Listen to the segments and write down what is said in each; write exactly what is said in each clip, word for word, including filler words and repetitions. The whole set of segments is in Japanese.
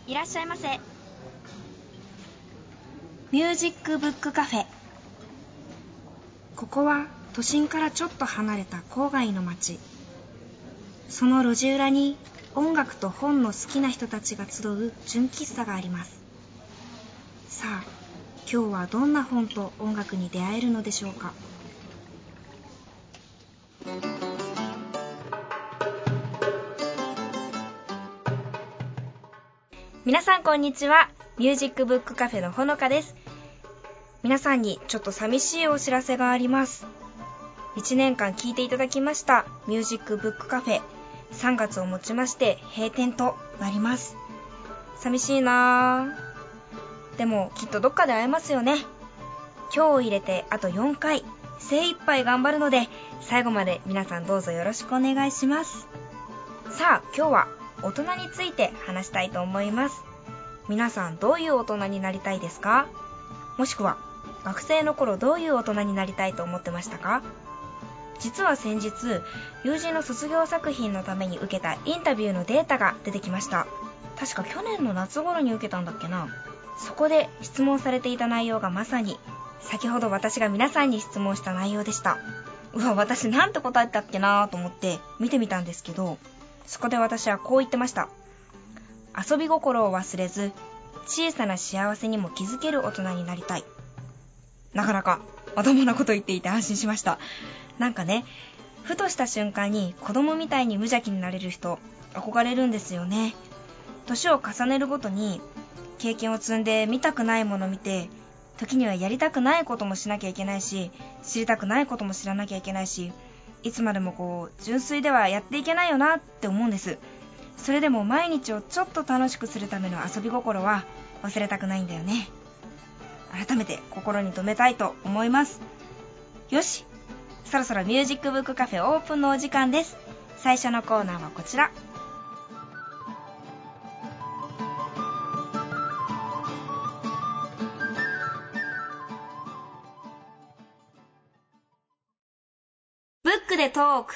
いらっしゃいませ。ミュージックブックカフェ。ここは都心からちょっと離れた郊外の町。その路地裏に音楽と本の好きな人たちが集う純喫茶があります。さあ、今日はどんな本と音楽に出会えるのでしょうか。皆さんこんにちは。ミュージックブックカフェのほのかです。皆さんにちょっと寂しいお知らせがあります。いちねんかん聞いていただきましたミュージックブックカフェ、さんがつをもちまして閉店となります。寂しいなぁ。でもきっとどっかで会えますよね。今日を入れてあとよんかい、精一杯頑張るので、最後まで皆さんどうぞよろしくお願いします。さあ、今日は大人について話したいと思います。皆さんどういう大人になりたいですか？もしくは学生の頃どういう大人になりたいと思ってましたか？実は先日、友人の卒業作品のために受けたインタビューのデータが出てきました。確か去年の夏頃に受けたんだっけな。そこで質問されていた内容がまさに先ほど私が皆さんに質問した内容でした。うわ、私なんて答えたっけなと思って見てみたんですけど、そこで私はこう言ってました。遊び心を忘れず、小さな幸せにも気づける大人になりたい。なかなかまともなこと言っていて安心しました。なんかね、ふとした瞬間に子供みたいに無邪気になれる人、憧れるんですよね。年を重ねるごとに経験を積んで見たくないものを見て、時にはやりたくないこともしなきゃいけないし、知りたくないことも知らなきゃいけないし、いつまでもこう純粋ではやっていけないよなって思うんです。それでも毎日をちょっと楽しくするための遊び心は忘れたくないんだよね。改めて心に留めたいと思います。よし、そろそろミュージックブックカフェオープンのお時間です。最初のコーナーはこちら。ブックでトーク。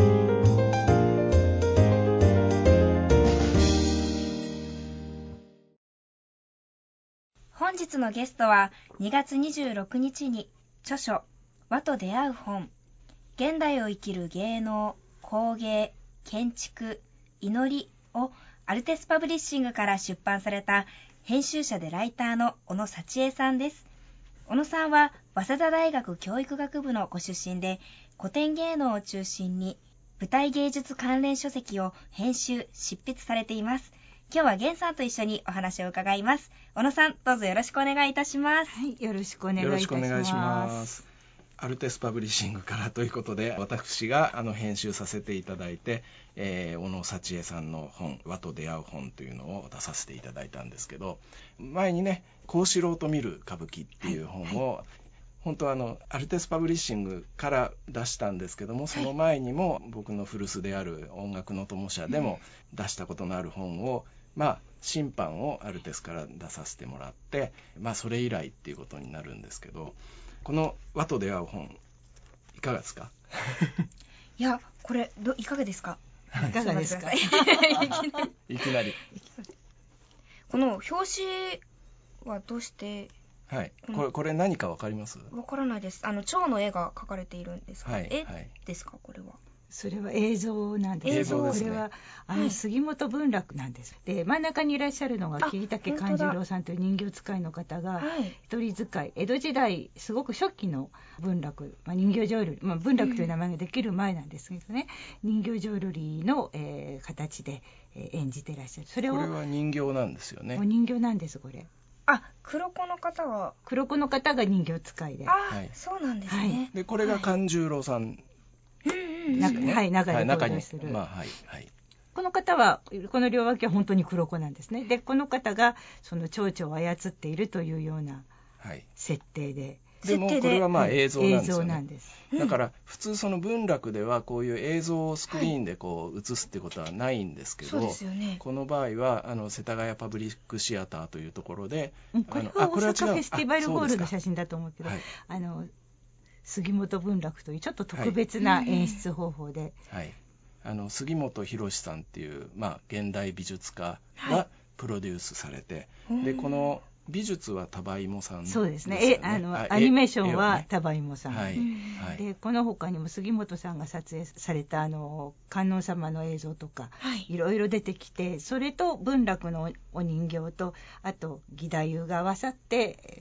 本日のゲストはにがつにじゅうろくにちに著書和と出会う本、現代を生きる芸能、工芸、建築、祈りをアルテスパブリッシングから出版された編集者でライターの小野幸恵さんです。小野さんは早稲田大学教育学部のご出身で、古典芸能を中心に舞台芸術関連書籍を編集・執筆されています。今日は源さんと一緒にお話を伺います。小野さん、どうぞよろしくお願いいたします。 はい、よろしくお願いいたします。よろしくお願いします。 アルテスパブリッシングからということで、私があの編集させていただいて、えー、小野幸恵さんの本、和と出会う本というのを出させていただいたんですけど、前にね、幸四郎と見る歌舞伎っていう本を、はいはい、本当はあのアルテスパブリッシングから出したんですけども、その前にも僕の古巣である音楽の友社でも出したことのある本を、まあ審判をアルテスから出させてもらって、まあそれ以来っていうことになるんですけど、この和と出会う本いかがですか？ いや、これどいかがですか？ いかがですか？ いきなりこの表紙はどうして？ はい、これこれ何かわかります？ わからないです。あの蝶の絵が描かれているんですか？ はい、 絵はい、 ですか？これはそれは映像なんです。 映像ですね。 これはあの杉本文楽なんです。で、真ん中にいらっしゃるのが桐竹勘十郎さんという人形使いの方が、一人使い、江戸時代すごく初期の文楽、まあ、人形浄瑠璃、まあ、文楽という名前ができる前なんですけどね、うん、人形浄瑠璃の、えー、形で、えー、演じていらっしゃる。それをこれは人形なんですよね。 お人形なんです。これあ、黒子の方は黒子の方が人形使いで、 あ、はい、そうなんですね、はい、 でこれが勘十郎さん、 ね、はい、中で登場する、 はい、まあはいはい、 この方はこの両脇は本当に黒子なんですね。でこの方がその蝶々を操っているというような設定で、 はい、でもこれはまあ映像なんですよね、 映像なんです、 だから普通その文楽ではこういう映像をスクリーンでこう映すってことはないんですけど、 はい、そうですよね、 この場合はあの世田谷パブリックシアターというところで、 うん、これは大阪フェスティバルホールの写真だと思うけど、はい、あの杉本文楽というちょっと特別な演出方法で、 はい、はい、あの杉本博さんっていう、まあ、現代美術家がプロデュースされて、でこの美術は田葉芋さんですよね。 そうですね。えあのあアニメーションは田葉芋さん、 はいはい、 でこの他にも杉本さんが撮影されたあの観音様の映像とか、はい、いろいろ出てきて、それと文楽のお人形とあと義太夫が合わさって、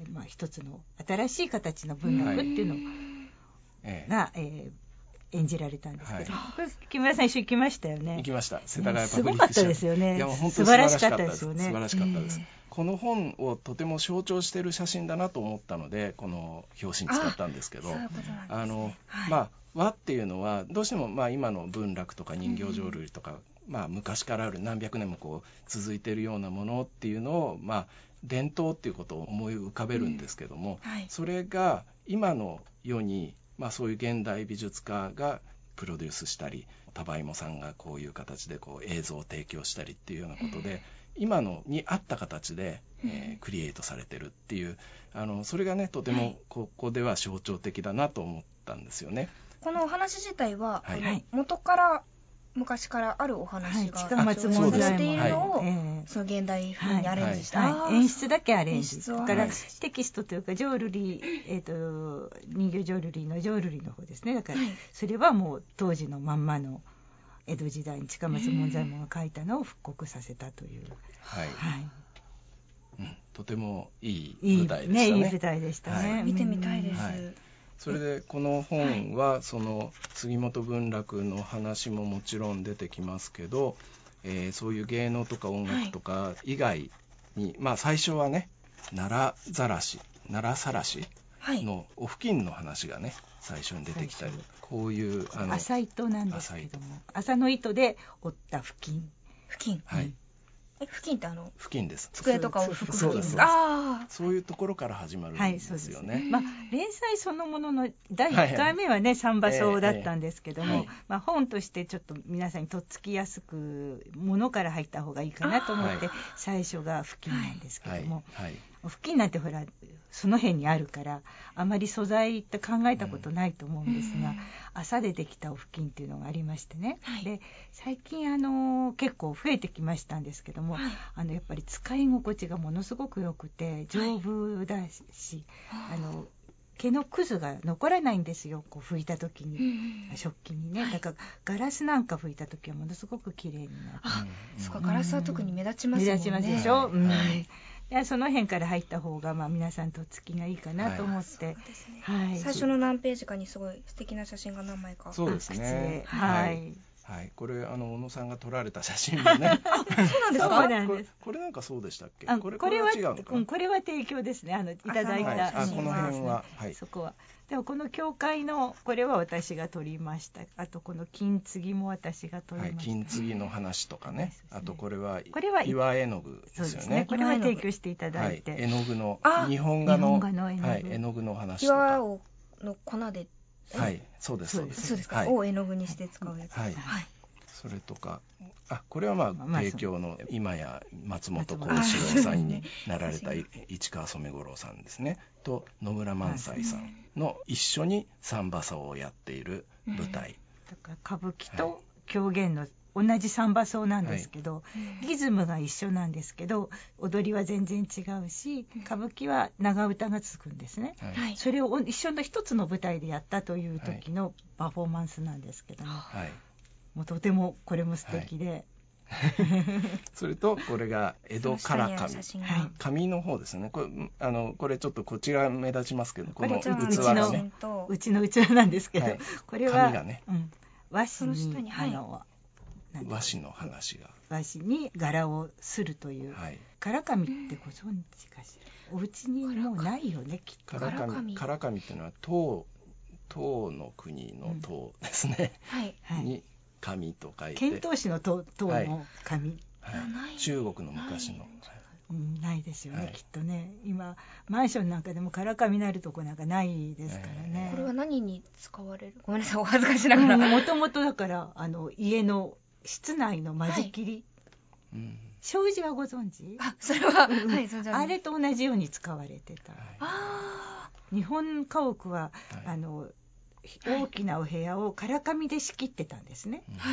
まあ、一つの新しい形の文楽っていうのが、えええー演じられたんですけど、はい、木村さん一緒に行きましたよね。 行きました。世田谷パブリックすごかったですよね。 いやもう本当素晴らしかったですよね。 素晴らしかったです。この本をとても象徴している写真だなと思ったので、この表紙に使ったんですけど、あ, あの、はい、まあ和っていうのはどうしてもまあ今の文楽とか人形浄瑠璃とか、うん、まあ昔からある何百年もこう続いているようなものっていうのをまあ伝統っていうことを思い浮かべるんですけども、うんはい、それが今の世にまあそういう現代美術家がプロデュースしたり、田葉芋さんがこういう形でこう映像を提供したりっていうようなことで、今のに合った形で、えー、クリエイトされてるっていう、あのそれがねとてもここでは象徴的だなと思ったんですよね。 このお話自体は、 はい、 あの元から昔からあるお話が、 はい、近松門左衛門っているのを、はい、その現代風にアレンジした、 はいはい、演出だけアレンジだから、はい、テキストというか浄瑠璃、えー、と人形浄瑠璃の浄瑠璃の方ですね。だから、はい、それはもう当時のまんまの江戸時代に近松門左衛門が書いたのを復刻させたという、 はいはいうん、とてもいい舞台でしたね。 いい、ね、いい舞台でしたね、 はい、見てみたいです、はい。 それでこの本はその杉本文楽の話ももちろん出てきますけど、えー、そういう芸能とか音楽とか以外に、はい、まあ最初はね奈良ざらし奈良さらしのお布巾の話がね最初に出てきたり、こういうあの麻糸なんですけども、麻の糸で織った布巾布巾、 はい、 え布巾ってあの布巾です。 机とかを拭く布巾です。 ああ、そういうところから始まるんですよね。 はい、まあ連載そのもののだいいっかいめはね三番荘だったんですけども、えーえーまあ、本としてちょっと皆さんにとっつきやすくものから入った方がいいかなと思って最初が布巾なんですけども、はいはい、布巾なんてほらその辺にあるからあまり素材って考えたことないと思うんですが、うん、麻でできたお布巾っていうのがありましてね、はい、で最近あの結構増えてきましたんですけども、はい、あのやっぱり使い心地がものすごく良くて丈夫だし、はい、あの毛のくずが残らないんですよ、こう拭いた時に、うん、食器にね、だからガラスなんか拭いた時はものすごく綺麗になって、 あ、うん、そうか、ガラスは特に目立ちますもんね。 目立ちますでしょ、はい、うん、はい、その辺から入った方が、まあ、皆さんとっつきがいいかなと思って、はいはい、最初の何ページかにすごい素敵な写真が何枚か。 そうですね、 はい、はいはい、これあの小野さんが撮られた写真もねあ、そうなんですか。 そうなんです。 これなんかそうでしたっけ。 あ、 これこれは違うのかな。 これは提供ですね。あのいただいた、 はい、あこの辺は、はい、 そこは。でもこの教会のこれは私が撮りました。あとこの金継ぎも私が撮りました。はい、 金継ぎの話とかね。ね、あとこれはこれは岩絵の具ですよね。 そうですね。これは提供していただいて。 はい、絵の具の日本画の絵の具の話とか。 岩をの粉で。 はい、そうですそうです。 そうですか。はい、を絵の具にして使うやつ。 はい。はい、それとか、あ、これはまあ提供の今や松本幸四郎さんになられた市川染五郎さんですねと野村萬斎さんの一緒に三番荘をやっている舞台、 だから歌舞伎と狂言の同じ三番荘なんですけど、はい、リズムが一緒なんですけど踊りは全然違うし、歌舞伎は長唄が続くんですね、はい、それを一緒の一つの舞台でやったという時のパフォーマンスなんですけども、はい、もうとてもこれも素敵で、 はい、それとこれが江戸から紙、紙の方ですね。これあのこれちょっとこちら目立ちますけど、この器がね、 うちの器なんですけど、はい、これは紙がね、うん、 和紙に、はい、あの和紙の話が和紙に柄をするという、はい、唐紙ってご存知かしら。お家にもうないよね、きっと。 唐紙、唐紙っていうのは唐唐の国の唐ですね、うん、に紙と書いて遣唐使の唐の紙、 はいはい、中国の昔の、はい、 うん、ないですよね、はい、きっとね。今マンションなんかでも唐紙になるとこなんかないですからね、 えー、これは何に使われる。ごめんなさい、お恥ずかしながら。 もともとだからあの家の室内の間仕切り、はい、うん、障子はご存知。 あ、それは、うん、はい、存じ上げます。 あれと同じように使われてた、はい、 あ、 日本家屋は、はい、あの大きなお部屋を唐紙で仕切ってたんですね、 はい、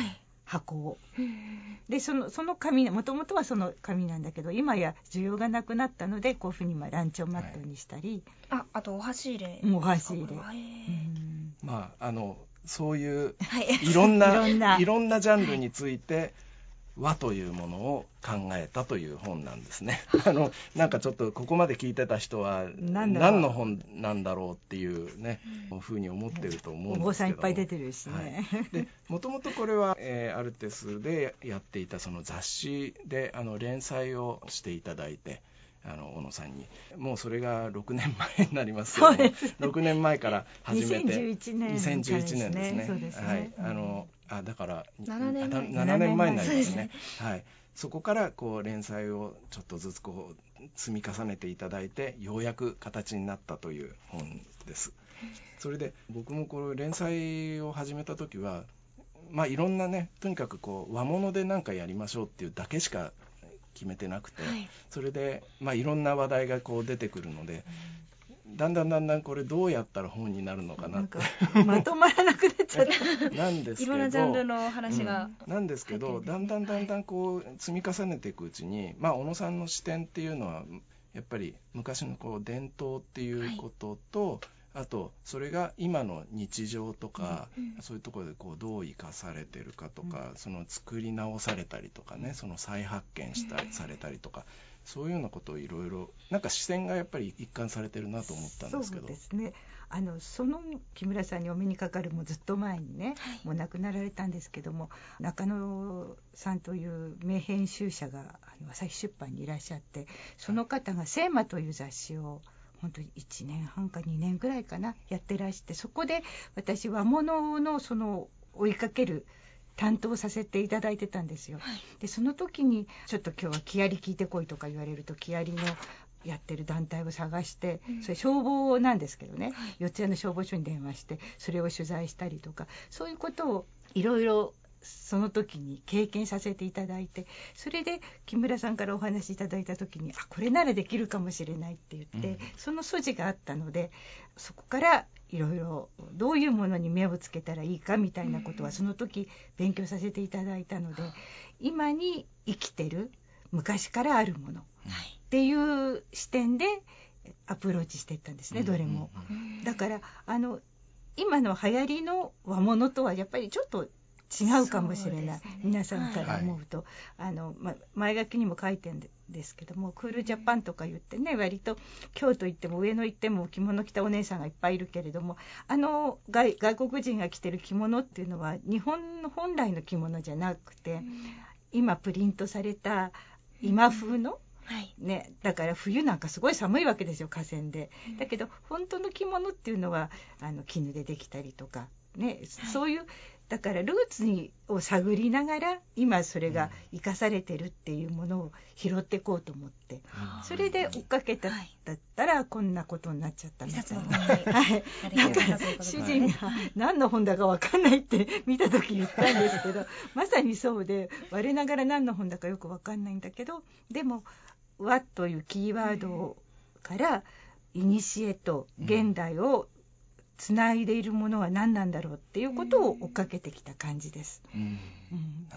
箱を。でそのその紙もともとはその紙なんだけど、今や需要がなくなったのでこういうふうにまあランチョンマットにしたり、 はい、ああとお箸入れ、 お箸入れ、うん、 まああのそういう、 はい、 いろんないろんないろんなジャンルについて和というものを考えたという本なんですね。あのなんかちょっとここまで聞いてた人は何の本なんだろうっていうね、うん、ふうに思ってると思うんですけど、 お坊さんいっぱい出てるしね。 はい、でもともとこれは、えー、アルテスでやっていたその雑誌であの連載をしていただいて、あの小野さんにもうそれがろくねんまえになりますけども、ろくねんまえから始めてにせんじゅういちねんにせんじゅういちねんですね。 そうですね、 はい、あのあだからななねんまえななねんまえになりますね。はい、そこからこう連載をちょっとずつこう積み重ねていただいて、ようやく形になったという本です。それで僕もこの連載を始めた時は、まあいろんなね、とにかくこう和物で何かやりましょうっていうだけしか決めてなくて、はい、それでまあいろんな話題がこう出てくるので、うん、だんだんだんだんこれどうやったら本になるのかなってまとまらなくなっちゃったなんですけど、 いろんなジャンルの話が、 うん、なんですけど、だんだんだんだんこう積み重ねていくうちに、まあ小野さんの視点っていうのはやっぱり昔のこう伝統っていうことと、はい、あとそれが今の日常とか、うん、そういうところでこうどう生かされてるかとか、うん、その作り直されたりとかね、その再発見したりされたりとか、そういうようなことをいろいろなんか視線がやっぱり一貫されてるなと思ったんですけど。 そうですね、あのその木村さんにお目にかかるもうずっと前にね、はい、もう亡くなられたんですけども、中野さんという名編集者があの朝日出版にいらっしゃって、その方が聖魔という雑誌を本当にいちねんはんかにねんぐらいかなやってらして、そこで私和物のその追いかける担当させていただいてたんですよ、はい、でその時にちょっと今日は木遣り聞いてこいとか言われると、木遣りのやってる団体を探して、うん、それ消防なんですけどね、はい、四谷の消防署に電話してそれを取材したりとか、そういうことをいろいろその時に経験させていただいて、それで木村さんからお話しいただいた時に、あこれならできるかもしれないって言って、うん、その素地があったので、そこからいろいろどういうものに目をつけたらいいかみたいなことはその時勉強させていただいたので、今に生きてる昔からあるものっていう視点でアプローチしていったんですね、どれも。だからあの今の流行りの和物とはやっぱりちょっと違うかもしれない、ね、皆さんから思うと、はい、あのま、前書きにも書いてるんですけども、クールジャパンとか言ってね、割と京都行っても上野行っても着物着たお姉さんがいっぱいいるけれども、あの 外, 外国人が着てる着物っていうのは日本の本来の着物じゃなくて、今プリントされた今風の、はいね、だから冬なんかすごい寒いわけですよ、河川で。だけど本当の着物っていうのはあの絹でできたりとか、ね、そういうだからルーツにを探りながら今それが生かされてるっていうものを拾っていこうと思って、うん、それで追っかけた、はい、だったらこんなことになっちゃったみたいな、はい、だから主人が何の本だか分かんないって見た時言ったんですけどまさにそうで、我ながら何の本だかよく分かんないんだけど、でも和というキーワードから古と現代をつないでいるものは何なんだろうっていうことを追っかけてきた感じです、うんうん、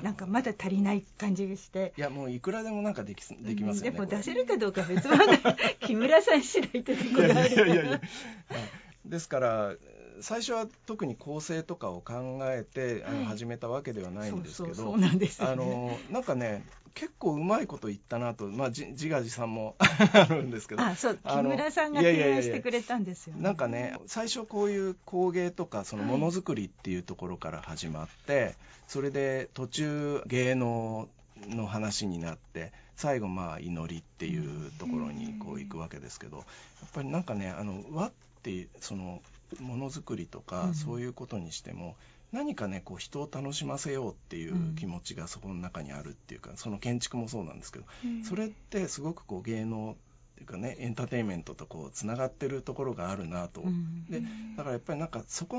なんかまだ足りない感じがして、 いやもういくらでもなんかでき、できますよね、 でも出せるかどうか別問題木村さん次第ってところがあるから、いやいやいや、はい、 ですから最初は特に構成とかを考えて、はい、あの始めたわけではないんですけど、 そうなんですよね、 あのなんかね結構うまいこと言ったなと、まあ、じ自画自賛もあるんですけど、 あそう木村さんが提案してくれたんですよね。 なんかね最初こういう工芸とかそのものづくりっていうところから始まって、はい、それで途中芸能の話になって最後まあ祈りっていうところにこう行くわけですけど、やっぱりなんかねあの和ってそのものづくりとかそういうことにしても、何かねこう人を楽しませようっていう気持ちがそこの中にあるっていうか、その建築もそうなんですけど、それってすごくこう芸能っていうかねエンターテインメントとこうつながってるところがあるなと、でだからやっぱりなんかそこの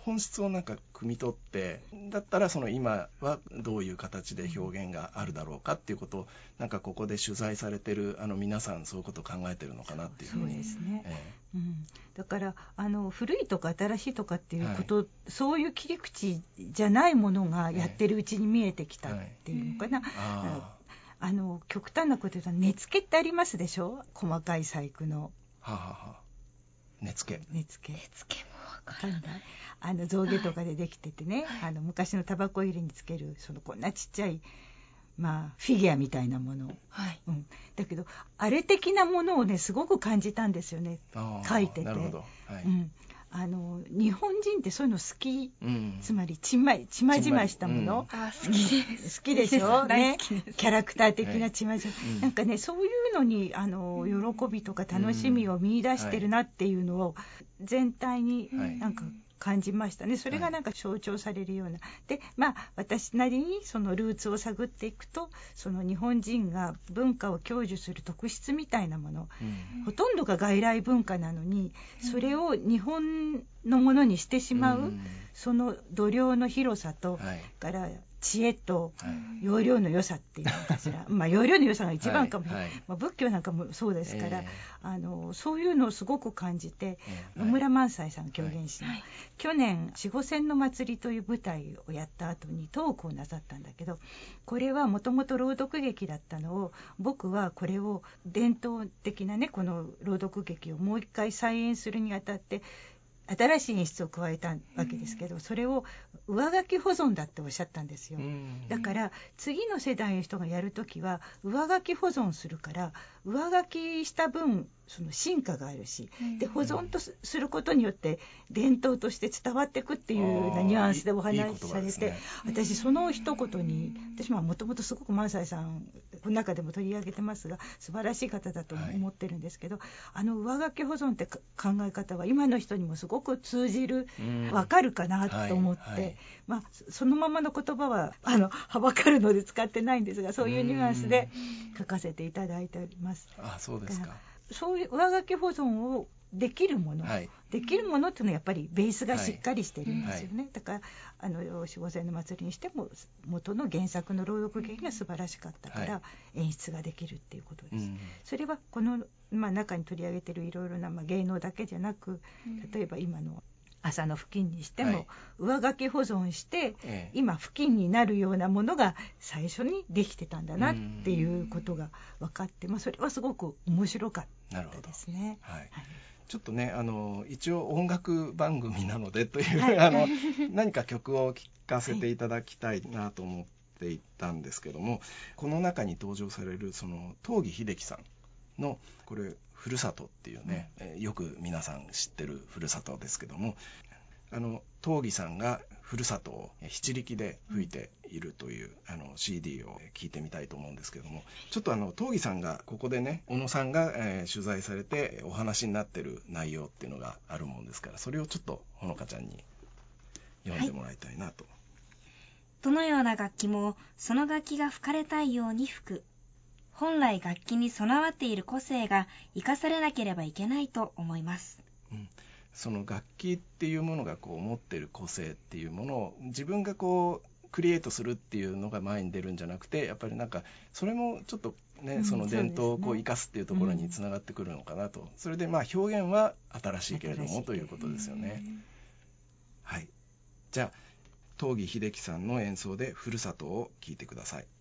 本質をなんか汲み取って、だったらその今はどういう形で表現があるだろうかっていうことをなんかここで取材されてるあの皆さんそういうことを考えてるのかなっていうふうに。 そうですね、 ええうん、だからあの古いとか新しいとかっていうこと、はい、そういう切り口じゃないものがやってるうちに見えてきたっていうのかな、はいはい、ああの極端なこと言うと根付けってありますでしょ、細かい細工の。 はあ、はあ、根付け根付け根付けもわからない。 あの象牙とかでできててね、はい、あの昔のタバコ入れにつけるそのこんなちっちゃい、まあ、フィギュアみたいなもの、はいうん、だけどあれ的なものをねすごく感じたんですよね、書いてて。なるほど、はいうん、あの日本人ってそういうの好き、うん、つまりちまちまじましたもの、 うん、あ好きです、 好きでしょね、 キャラクター的なちまじま、はい、なんかねそういうのにあの喜びとか楽しみを見出してるなっていうのを全体になんか感じましたね。それがなんか象徴されるような、はい、でまあ私なりにそのルーツを探っていくと、その日本人が文化を享受する特質みたいなもの、うん、ほとんどが外来文化なのにそれを日本のものにしてしまう、うん、その度量の広さと、はい、から知恵と要領の良さっていうのかしら、はい、まあ要領の良さが一番かも、はいはいまあ、仏教なんかもそうですから、えー、あのそういうのをすごく感じて、えー、野村萬斎さん狂言師の、はい、去年四五千の祭りという舞台をやった後にトークをなさったんだけど、これはもともと朗読劇だったのを、僕はこれを伝統的なねこの朗読劇をもう一回再演するにあたって新しい演出を加えたわけですけど、それを上書き保存だっておっしゃったんですよ。だから次の世代の人がやるときは上書き保存するから、上書きした分その進化があるし、で保存とすることによって伝統として伝わっていくっていうようなニュアンスでお話しされて、いいね、私その一言に、私ももともとすごく萬斎さんこの中でも取り上げてますが素晴らしい方だと思ってるんですけど、はい、あの上書き保存って考え方は今の人にもすごく通じる、わかるかなと思って、はいはいまあ、そのままの言葉はあのはばかるので使ってないんですが、そういうニュアンスで書かせていただいております。 あ、そうですか。 そういう上書き保存をできるもの、はい、できるものっていうのはやっぱりベースがしっかりしてるんですよね、はい、だからあの四五千の祭りにしても元の原作の朗読劇が素晴らしかったから演出ができるっていうことです、はい、それはこの、まあ、中に取り上げてるいろいろな、まあ、芸能だけじゃなく、例えば今の朝の付近にしても、はい、上書き保存して、ええ、今付近になるようなものが最初にできてたんだなっていうことが分かって、まあ、それはすごく面白かったですね。 はいはい、ちょっとねあの一応音楽番組なのでという、はい、あの何か曲を聴かせていただきたいなと思っていたんですけども、はい、この中に登場されるその東儀秀樹さんのこれふるさとっていうね、うん、よく皆さん知ってるふるさとですけども、あの東儀さんがふるさとを七力で吹いているという、うん、あの シーディー を聞いてみたいと思うんですけども、ちょっとあの東儀さんがここでね小野さんが、えー、取材されてお話になってる内容っていうのがあるもんですから、それをちょっとほのかちゃんに読んでもらいたいなと、はい、 どのような楽器もその楽器が吹かれたいように吹く。本来楽器に備わっている個性が生かされなければいけないと思います、 うん、その楽器っていうものがこう持っている個性っていうものを自分がこうクリエイトするっていうのが前に出るんじゃなくて、やっぱりなんかそれもちょっとね、うん、その伝統をこう生かすっていうところにつながってくるのかなと、うん、それでまあ表現は新しいけれどもということですよね。はい、じゃあ東儀秀樹さんの演奏でふるさとを聴いてください。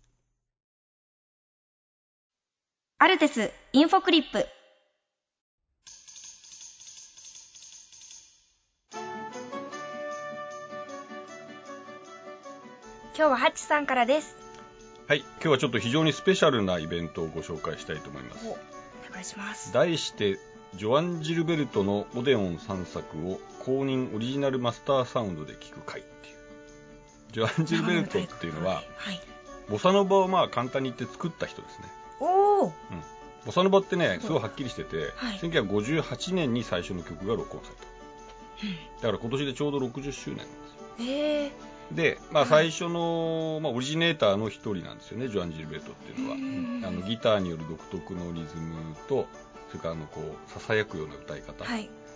アルテスインフォクリップ。今日はハッチさんからです。 はい、今日はちょっと非常にスペシャルなイベントをご紹介したいと思います。 お、お願いします。 題してジョアン・ジルベルトのオデオンさんさくを公認オリジナルマスターサウンドで聴く会っていう。ジョアン・ジルベルトっていうのは、はい、ボサノバをまあ簡単に言って作った人ですね。 おお、うん、 ボサノバってねすごいはっきりしてて、はい、せんきゅうひゃくごじゅうはちねんに最初の曲が録音された、うん、だから今年でちょうどろくじゅっしゅうねんなんですよ。へー。で、まあ、最初の、まあ、オリジネーターの一人なんですよね、ジョアン・ジルベルトっていうのは。あのギターによる独特のリズムと、それからあのこうささやくような歌い方、はい、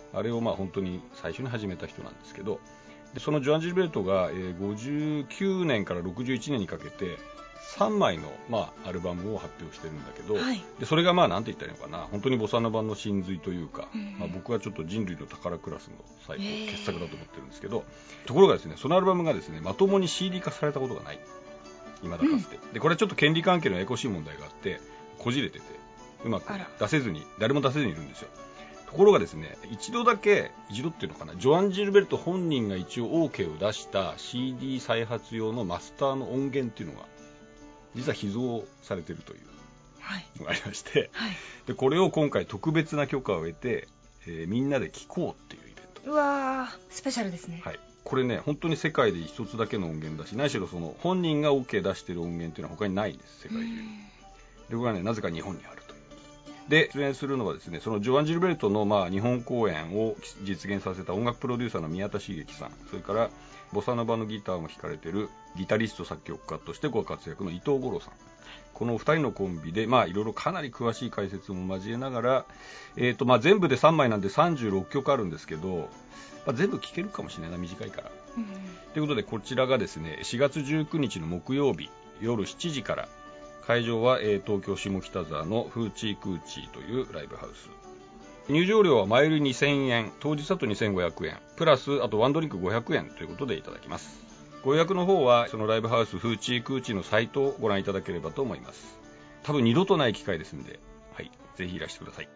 あれをまあ本当に最初に始めた人なんですけど、でそのジョアン・ジルベルトがごじゅうきゅうねんからろくじゅういちねんにかけてさんまいの、まあ、アルバムを発表してるんだけど、はい、でそれがまあなんて言ったらいいのかな、本当にボサノバの真髄というか、うんまあ、僕はちょっと人類の宝クラスの最高傑作だと思ってるんですけど、ところがですね、そのアルバムがですねまともに シーディー 化されたことがない未だかつて、うん、でこれはちょっと権利関係のややこしい問題があってこじれててうまく出せずに誰も出せずにいるんですよ。ところがですね、一度だけ一度っていうのかな、ジョアン・ジルベルト本人が一応 OK を出した シーディー 再発用のマスターの音源っていうのが実は秘蔵されているというのがありまして、はいはい、でこれを今回特別な許可を得て、えー、みんなで聴こうっていうイベント。 うわー、スペシャルですね。 はい、これね本当に世界で一つだけの音源だし、何しろその本人が OK 出している音源っていうのは他にないんです、世界中に。でこれはねなぜか日本にあるという。で出演するのはですね、そのジョアン・ジルベルトのまあ日本公演を実現させた音楽プロデューサーの宮田茂樹さん、それからボサノバのギターも弾かれているギタリスト作曲家としてご活躍の伊藤五郎さん、このふたりのコンビでまあいろいろかなり詳しい解説も交えながら、えーとまあ、全部でさんまいなんでさんじゅうろっきょくあるんですけど、まあ、全部聴けるかもしれないな、短いから、うん、ということでこちらがですねしがつじゅうくにちの木曜日夜しちじから、会場は、えー、東京下北沢のフーチークーチーというライブハウス。入場料は前売りにせんえん、当日だとにせんごひゃくえんプラスあとワンドリンクごひゃくえんということでいただきます。ご予約の方はそのライブハウスフーチークーチーのサイトをご覧いただければと思います。多分二度とない機会ですので、はい、ぜひいらしてください。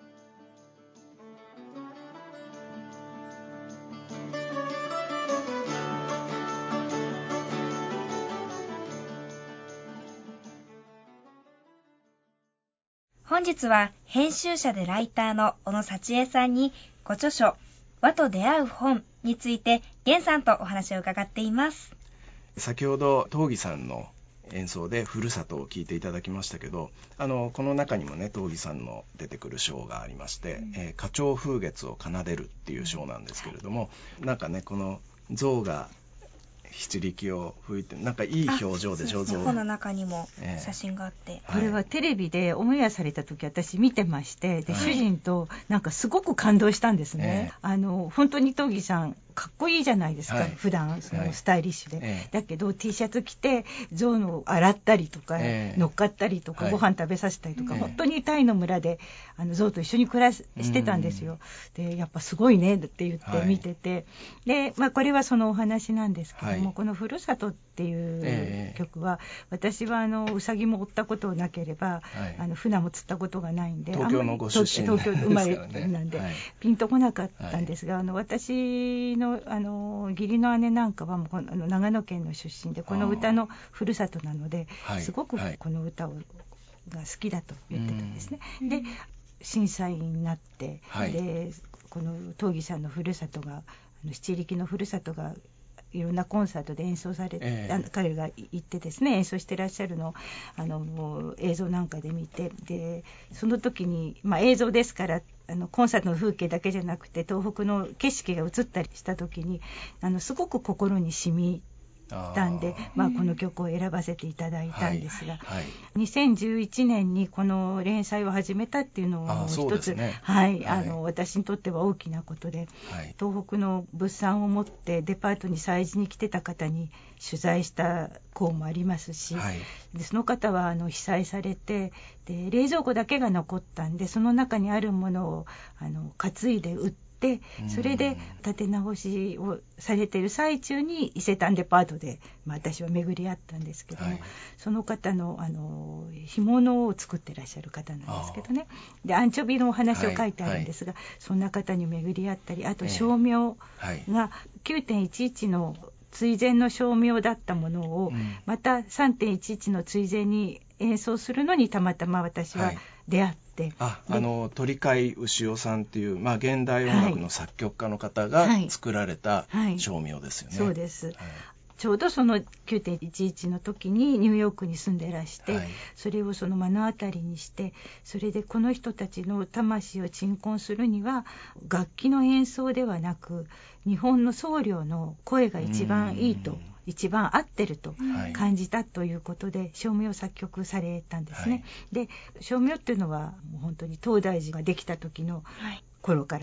本日は編集者でライターの小野幸恵さんにご著書和と出会う本について源さんとお話を伺っています。 先ほど東儀さんの演奏でふるさとを聴いていただきましたけど、あのこの中にもね東儀さんの出てくる章がありまして、うんえー、花鳥風月を奏でるっていう章なんですけれども、なんかねこの象が七力を吹いてなんかいい表情で象像、 この中にも写真があって、えー、これはテレビでオンエアされた時私見てまして、で、はい、主人となんかすごく感動したんですね、えー、あの本当に東儀さんかっこいいじゃないですか、はい、普段そのスタイリッシュで、はい、だけど T シャツ着て象の洗ったりとか、えー、乗っかったりとか、はい、ご飯食べさせたりとか、えー、本当にタイの村であの象と一緒に暮らしてたんですよ。でやっぱすごいねって言って見てて、はい、で、まあ、これはそのお話なんですけども、はい、このふるさとっていう曲は、えー、私はあのうさぎも追ったことなければ、はい、あの船も釣ったことがないんで、 東京のご出身東京生まれなんで、はい、ピンとこなかったんですが、はい、あの私のあの義理の姉なんかはもうこのあの長野県の出身でこの歌のふるさとなので、すごくこの歌をが好きだと言ってたんですね。で震災になって、はい、でこの東儀さんのふるさとがあの七力のふるさとがいろんなコンサートで演奏されて、えー、彼が行ってですね演奏してらっしゃるのをあの映像なんかで見て、でその時に、まあ、映像ですからあのコンサートの風景だけじゃなくて東北の景色が映ったりした時にあのすごく心に染みたんで、まあ、この曲を選ばせていただいたんですが、はいはい、にせんじゅういちねんにこの連載を始めたっていうのも一つ、ねはいはい、あの私にとっては大きなことで、はい、東北の物産を持ってデパートに催事に来てた方に取材した項もありますし、はい、でその方はあの被災されてで冷蔵庫だけが残ったんでその中にあるものをあの担いで売ってでそれで立て直しをされている最中に伊勢丹デパートで、まあ、私は巡り合ったんですけども、はい、その方のあの干物を作ってらっしゃる方なんですけどね、でアンチョビのお話を書いてあるんですが、はいはい、そんな方に巡り合ったり、あと照明が きゅうてんいちいち の追善の照明だったものを、うん、また さんてんいちいち の追善に演奏するのにたまたま私は出会って、はい、 あ, あの鳥飼牛尾さんっていう、まあ、現代音楽の作曲家の方が作られた照明ですよね、 はいはい、そうです、はい、ちょうどその きゅうてんいちいち の時にニューヨークに住んでらして、はい、それをその目の当たりにしてそれでこの人たちの魂を鎮魂するには楽器の演奏ではなく日本の僧侶の声が一番いいと一番合ってると感じたということで、はい、照明を作曲されたんですね、はい、で照明っていうのはもう本当に東大寺ができた時の頃から、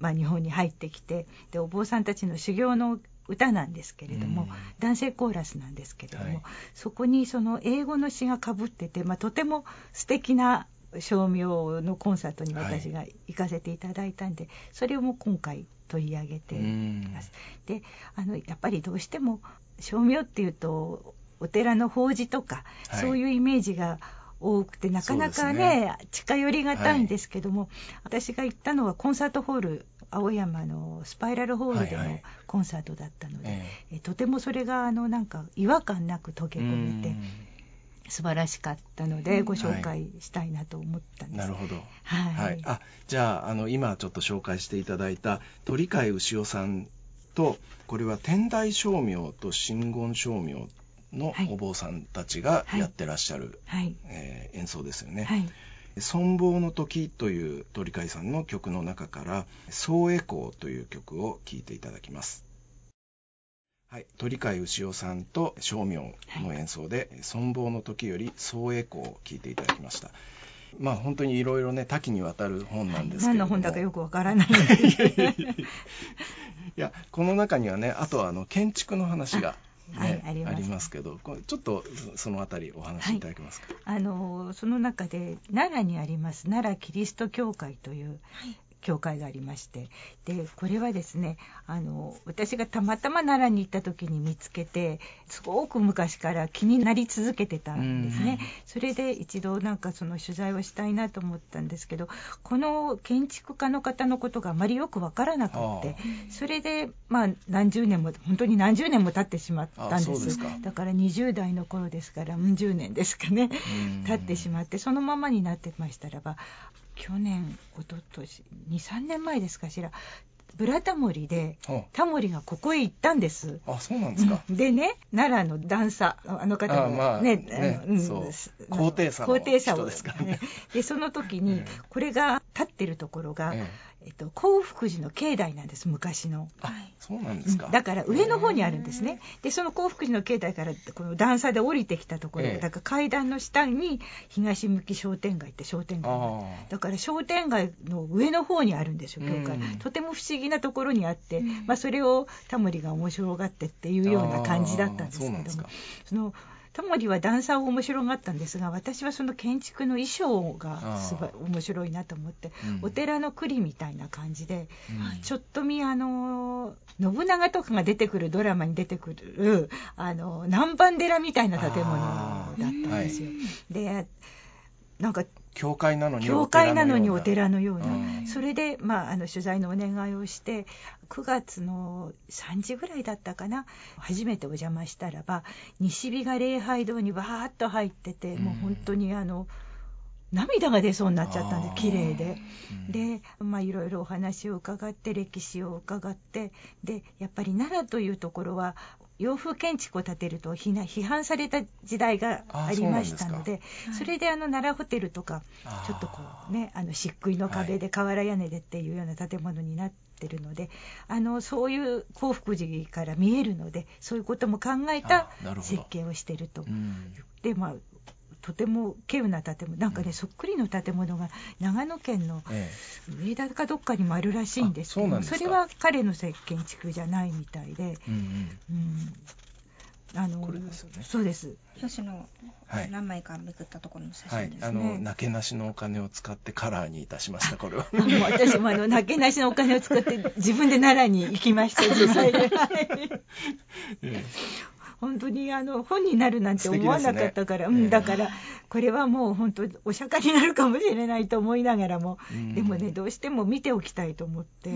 まあ、日本に入ってきて、でお坊さんたちの修行の歌なんですけれども、うん、男性コーラスなんですけれども、はい、そこにその英語の詩がかぶってて、まあ、とても素敵な声明のコンサートに私が行かせていただいたんで、はい、それをも今回取り上げています。であのやっぱりどうしても声明っていうとお寺の法事とか、はい、そういうイメージが多くてなかなか ね, ね近寄りがたいんですけども、はい、私が行ったのはコンサートホール、青山のスパイラルホールでのコンサートだったので、はいはい、えとてもそれがあのなんか違和感なく溶け込めて素晴らしかったのでご紹介したいなと思ったんです、 はい、なるほど、 はいはい、あじゃあ、あの今ちょっと紹介していただいた鳥飼牛尾さんと、これは天台声明と真言声明のお坊さんたちがやってらっしゃる、はい、えー、演奏ですよね、はい、存亡の時という鳥飼さんの曲の中から総エコーという曲を聴いていただきます。はい、鳥飼牛尾さんと声明の演奏で、はい、存亡の時より総エコーを聴いていただきました。まあ本当にいろいろね多岐にわたる本なんですけれども、はい、 何の本だかよくわからないいやこの中にはね、あとはあの建築の話がね、はい、あります、ありますけど、ちょっとそのあたりお話しいただけますか。 はい、あのその中で奈良にあります奈良キリスト教会という、はい、教会がありまして、でこれはですね、あの私がたまたま奈良に行った時に見つけて、すごく昔から気になり続けてたんですね。それで一度なんかその取材をしたいなと思ったんですけど、この建築家の方のことがあまりよくわからなくって、それでまあ何十年も本当に何十年も経ってしまったんです。 そうですか。 だからにじゅう代の頃ですからうん十年ですかね経ってしまって、そのままになってましたらば、去年一昨年にさんねんまえですかしら、ブラタモリでタモリがここへ行ったんです。 あ、そうなんですか。 でね、奈良の段差、あの方もね、 高低差の人ですからね。 でその時にこれが立ってるところが、えええっと、興福寺の境内なんです、昔の。 あ、そうなんですか。 だから上の方にあるんですね。でその興福寺の境内からこの段差で降りてきたところ、ええ、だから階段の下に東向き商店街って商店街が、だから商店街の上の方にあるんですよ、教会。とても不思議なところにあって、まあ、それをタモリが面白がってっていうような感じだったんですけども、そのタモリは段差を面白がったんですが、私はその建築の衣装がすば面白いなと思って、うん、お寺の栗みたいな感じで、うん、ちょっと見あの信長とかが出てくるドラマに出てくるあの南蛮寺みたいな建物だったんですよ。でなんか教会なのに教会なのにお寺のような、それで、まあ、あの取材のお願いをしてくがつのさんじぐらいだったかな、初めてお邪魔したらば西日が礼拝堂にバーッと入ってて、もう本当にあの涙が出そうになっちゃったんで、綺麗で、で、まあ、いろいろお話を伺って、歴史を伺って、でやっぱり奈良というところは洋風建築を建てると批判された時代がありましたので、 そ, それであの奈良ホテルとかちょっとこうね、あの漆喰の壁で瓦屋根でっていうような建物になってるので、あのそういう興福寺から見えるので、そういうことも考えた設計をしていると。でまあとても稀有な建物なんかね、うん、そっくりの建物が長野県の上田かどっかにもあるらしいんですけど、ええ、そ, それは彼の建築じゃないみたいで、うんうんうん、あのこれですよね。 そうです。 表紙の何枚かめくったところの写真ですね。 はい、あのなけなしのお金を使ってカラーにいたしました。これはもう私もあのなけなしのお金を使って自分で奈良に行きました実際で、ええ、本当にあの本になるなんて思わなかったから、ね、うん、だからこれはもう本当お釈迦になるかもしれないと思いながらも、うん、でもねどうしても見ておきたいと思って、うん、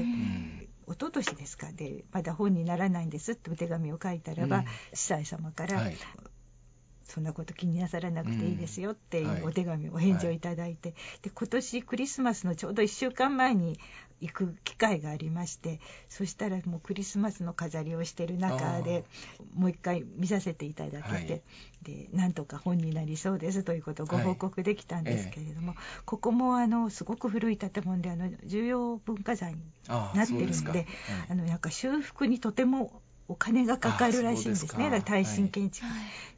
一昨年ですかでまだ本にならないんですってお手紙を書いたらば、うん、司祭様から、はい、そんなこと気になさらなくていいですよっていうお手紙、お返事をいただいて、はい、で今年クリスマスのちょうどいっしゅうかんまえに行く機会がありまして、そしたらもうクリスマスの飾りをしてる中でもう一回見させていただけて、はい、でなんとか本になりそうですということをご報告できたんですけれども、はい、ええ、ここもあのすごく古い建物であの重要文化財になってるので、あ、はい、あのなんか修復にとてもお金がかかるらしいんですね。だから耐震建築、はい、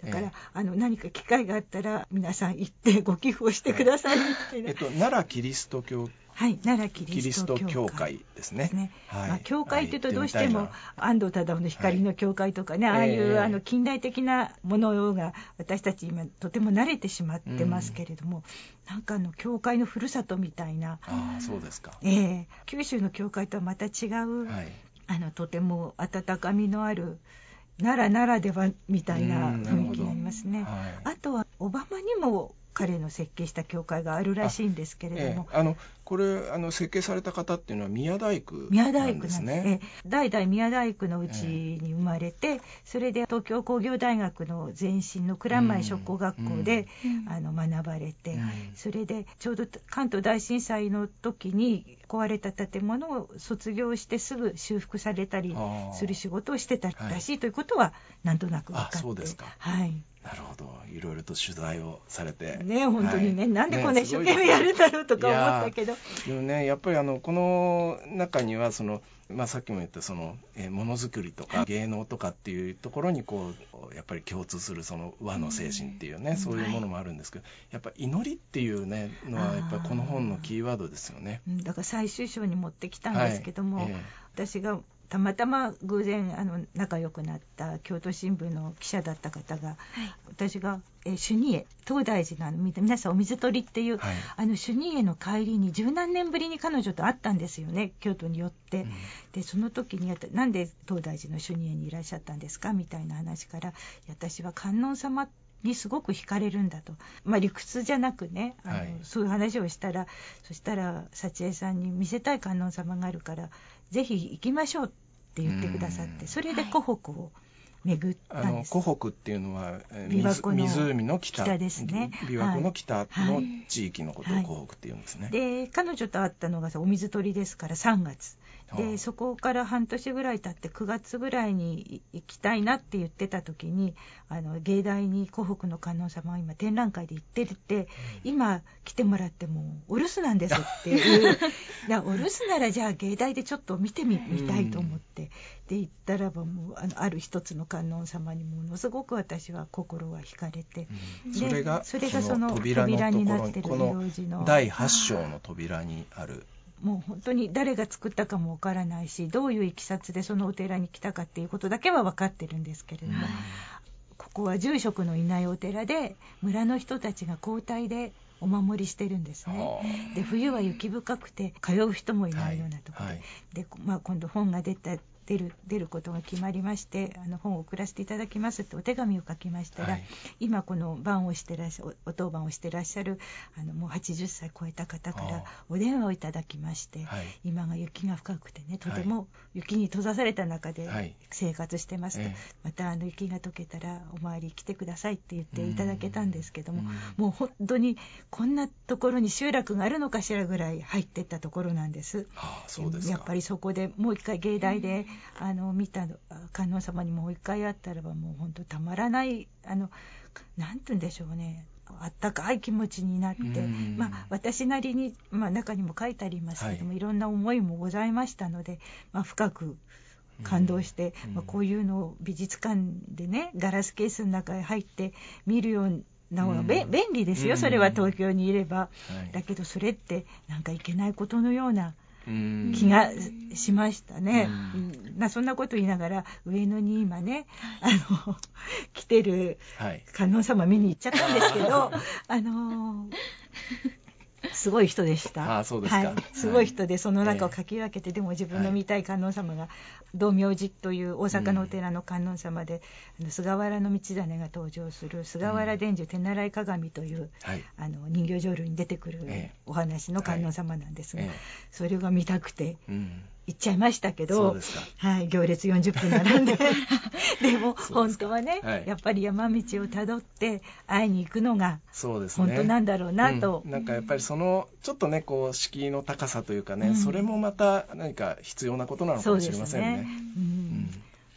だから、えー、あの何か機会があったら皆さん行ってご寄付をしてくださいみたいな、 えっと、奈良キリスト教はい、奈良キリスト教会、 キリスト教会ですね。ね、 はい、まあ、教会というとどうしても、はい、安藤忠雄の光の教会とかね、はい、ああいう、えー、あの近代的なものが私たち今とても慣れてしまってますけれども、うん、なんかあの教会のふるさとみたいな、 あ、そうですか、 えー、九州の教会とはまた違う、はい、あのとても温かみのある奈良ならではみたいな雰囲気になりますね。はい、あとは小浜にも彼の設計した教会があるらしいんですけれども、 あ、ええ、あのこれあの設計された方っていうのは宮大工なんですね。宮大工なんですね。 代々宮大工のうちに生まれて、ええ、それで東京工業大学の前身の蔵前職工学校で、うん、あの学ばれて、うん、それでちょうど関東大震災の時に壊れた建物を卒業してすぐ修復されたりする仕事をしてたらしい、はい、ということはなんとなく分かって。あ、 そうですか。 はい。 なるほど、いろいろと取材をされてね、本当にね、はい、なんでこんな一生懸命やるんだろうとか思ったけど、 でもね、やっぱりあのこの中にはその、まあ、さっきも言ったそのえものづくりとか芸能とかっていうところにこうやっぱり共通するその和の精神っていうね、うん、そういうものもあるんですけど、はい、やっぱ祈りっていうねのはやっぱりこの本のキーワードですよね。 だから最終章に持ってきたんですけども、はい、えー、私がたまたま偶然あの仲良くなった京都新聞の記者だった方が、はい、私がえ修二会東大寺のあの皆さんお水取りっていう、はい、あの修二会の帰りに十何年ぶりに彼女と会ったんですよね、京都に寄って、うん、でその時になんで東大寺の修二会にいらっしゃったんですかみたいな話から、私は観音様にすごく惹かれるんだと、まあ、理屈じゃなくね、あの、はい、そういう話をしたら、そしたら幸恵さんに見せたい観音様があるからぜひ行きましょうって言ってくださって、それで湖北を巡ったんです。 あの湖北っていうのは琵琶湖の湖の 北, 北ですね。 琵琶湖の北の地域のことを湖北っていうんですね。はいはい、で彼女と会ったのがお水取りですからさんがつで、そこから半年ぐらい経ってくがつぐらいに行きたいなって言ってた時に、あの芸大に湖北の観音様は今展覧会で行ってて、うん、今来てもらってもお留守なんですっていういやお留守ならじゃあ芸大でちょっと見て み, みたいと思って、うん、で行ったらばもう あ, のある一つの観音様にものすごく私は心が惹かれて、 うん、それがそれがその扉になってる色地のだいはち章の扉にある、 もう本当に誰が作ったかもわからないし、どういういきさつでそのお寺に来たかっていうことだけは分かってるんですけれども、うん、ここは住職のいないお寺で村の人たちが交代でお守りしてるんですね。で冬は雪深くて通う人もいないようなところで、はいはい、でまあ、今度本が出た出る, 出ることが決まりまして、あの本を送らせていただきますってお手紙を書きましたら、はい、今この番をしてらっしゃる お, お当番をしてらっしゃるあのもうはちじゅっさい超えた方からお電話をいただきまして、はい、今が雪が深くてね、とても雪に閉ざされた中で生活してますと、はい、またあの雪が溶けたらお参り来てくださいって言っていただけたんですけども、もう本当にこんなところに集落があるのかしらぐらい入っていったところなんです。 ああ、そうですか。 やっぱりそこでもう一回芸大であの見た観音様にもう一回会ったらばもう本当たまらない、あのなんて言うんでしょうね、あったかい気持ちになって、まあ、私なりに、まあ、中にも書いてありますけども、はい、いろんな思いもございましたので、まあ、深く感動して、まあ、こういうのを美術館でねガラスケースの中へ入って見るような方が便利ですよ、それは東京にいれば、はい、だけどそれってなんかいけないことのような気がしましたね。うん、そんなこと言いながら上野に今ね、あの来てる観音様見に行っちゃったんですけど、あのすごい人でした。 あ、そうですか。 はい、すごい人でその中をかき分けて、えー、でも自分の見たい観音様が、はい、道明寺という大阪のお寺の観音様で、うん、あの菅原道真が登場する菅原伝授手習い鏡という、うん、あの人形浄瑠璃に出てくるお話の観音様なんですが、えー、それが見たくて、うん行っちゃいましたけど、 そうですか、 はい、行列よんじゅっぷん並んででも本当はね、はい、やっぱり山道をたどって会いに行くのが本当なんだろうなと、 うん、なんかやっぱりそのちょっとねこう敷居の高さというかね、うん、それもまた何か必要なことなのかもしれませんね。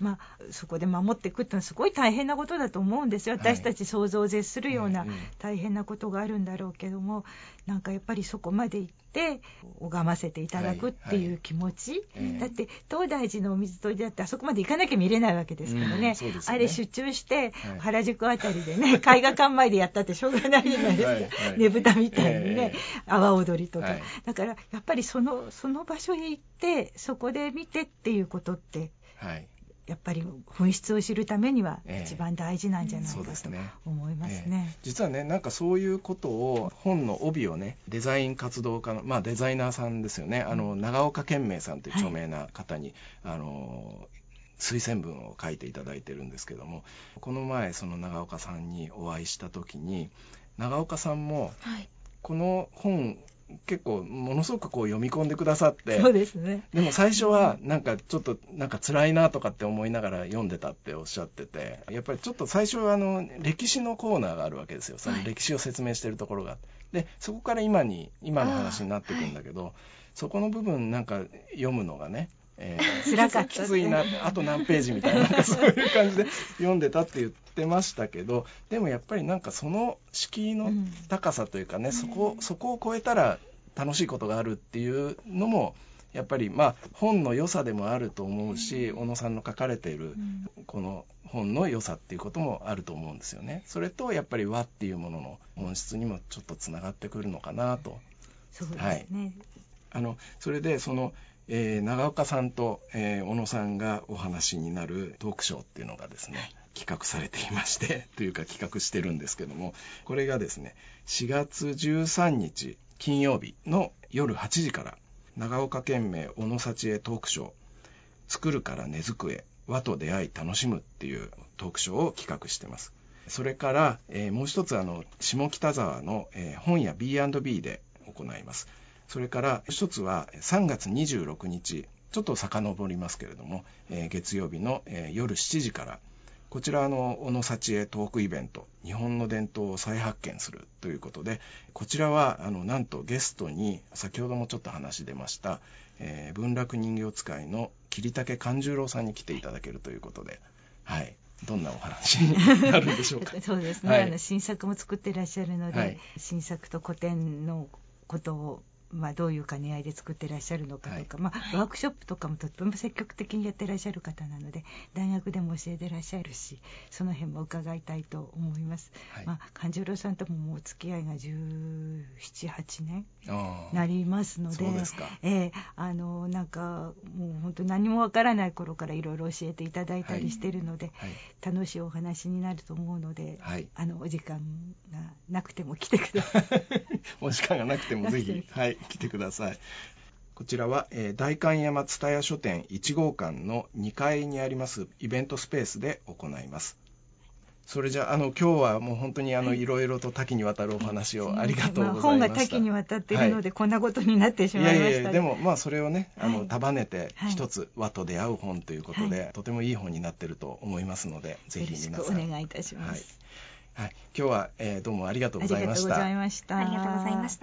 まあ、そこで守っていくってのはすごい大変なことだと思うんですよ。私たち想像を絶するような大変なことがあるんだろうけども、はい、なんかやっぱりそこまで行って拝ませていただくっていう気持ち、はいはい、だって東大寺のお水取りだってあそこまで行かなきゃ見れないわけですからね、うん、そうですよね。あれ出注して原宿あたりでね、はい、絵画館前でやったってしょうがないじゃないですか、はいはい、ねぶたみたいにね、阿波、えー、踊りとか、はい、だからやっぱりその、その場所へ行ってそこで見てっていうことって、はい、やっぱり本質を知るためには一番大事なんじゃないかと思いますね。えーえー、 実はね、なんかそういうことを本の帯をね、デザイン活動家の、まあ、デザイナーさんですよね、あの長岡健明さんという著名な方に、はい、あの推薦文を書いていただいてるんですけども、この前その長岡さんにお会いした時に、長岡さんもこの本結構ものすごくこう読み込んでくださって、 そうですね。 でも最初はなんかちょっとなんか辛いなとかって思いながら読んでたっておっしゃってて、やっぱりちょっと最初はあの歴史のコーナーがあるわけですよ。その歴史を説明してるところが、はい、でそこから今に今の話になっていくんだけど、はい、そこの部分なんか読むのがね、えー、辛かった、きついな、あと何ページみたい な, なんかそういう感じで読んでたって言ってましたけど、でもやっぱりなんかその敷居の高さというかね、うん、そこそこを超えたら楽しいことがあるっていうのもやっぱりまあ本の良さでもあると思うし、小野さんの書かれているこの本の良さっていうこともあると思うんですよね。それとやっぱり和っていうものの本質にもちょっとつながってくるのかなと。 そうですね、 はい、あのそれでその、えー、長岡さんと、えー、小野さんがお話になるトークショーっていうのがですね、企画されていましてというか企画してるんですけども、これがですねしがつじゅうさんにち金曜日の夜はちじから長岡健明小野幸恵トークショー、作るから根付くへ和と出会い楽しむっていうトークショーを企画してます。それから、えー、もう一つあの下北沢の、えー、本屋 ビーアンドビー で行います。それから一つはさんがつにじゅうろくにち、ちょっと遡りますけれども、えー、月曜日の、えー、夜しちじから、こちらの小野幸恵トークイベント、日本の伝統を再発見するということで、こちらはあのなんとゲストに先ほどもちょっと話出ました、えー、文楽人形使いの桐竹勘十郎さんに来ていただけるということで、はい、どんなお話になるんでしょうか。 そうですね、はい、あの新作も作っていらっしゃるので、はい、新作と古典のことをまあ、どういう兼ね合いで作ってらっしゃるのかとか、はい、まあ、ワークショップとかもとっても積極的にやってらっしゃる方なので、大学でも教えてらっしゃるし、その辺も伺いたいと思います。はい、まあ、勘十郎さんとももうお付き合いがじゅうなな、はちねんなりますので、 そうですか。 えー、あのなんかもう本当何もわからない頃からいろいろ教えていただいたりしてるので、はいはい、楽しいお話になると思うので、はい、あのお時間がなくても来てください。 お時間がなくてもぜひ、はい、来てください。こちらは、えー、代官山蔦屋書店いち号館のにかいにありますイベントスペースで行います。それじゃあ、あの今日はもう本当にあの、はい、いろいろと多岐にわたるお話をありがとうございました。まあ、 本が多岐にわたっているので、はい、こんなことになってしまいました。いやいや、 でもまあそれをね、あの、はい、束ねて一つ和と出会う本ということで、はい、とてもいい本になっていると思いますので、ぜひ皆さんよろしくお願いいたします。 はいはい、今日は、えー、どうもありがとうございました。 ありがとうございました。 ありがとうございました。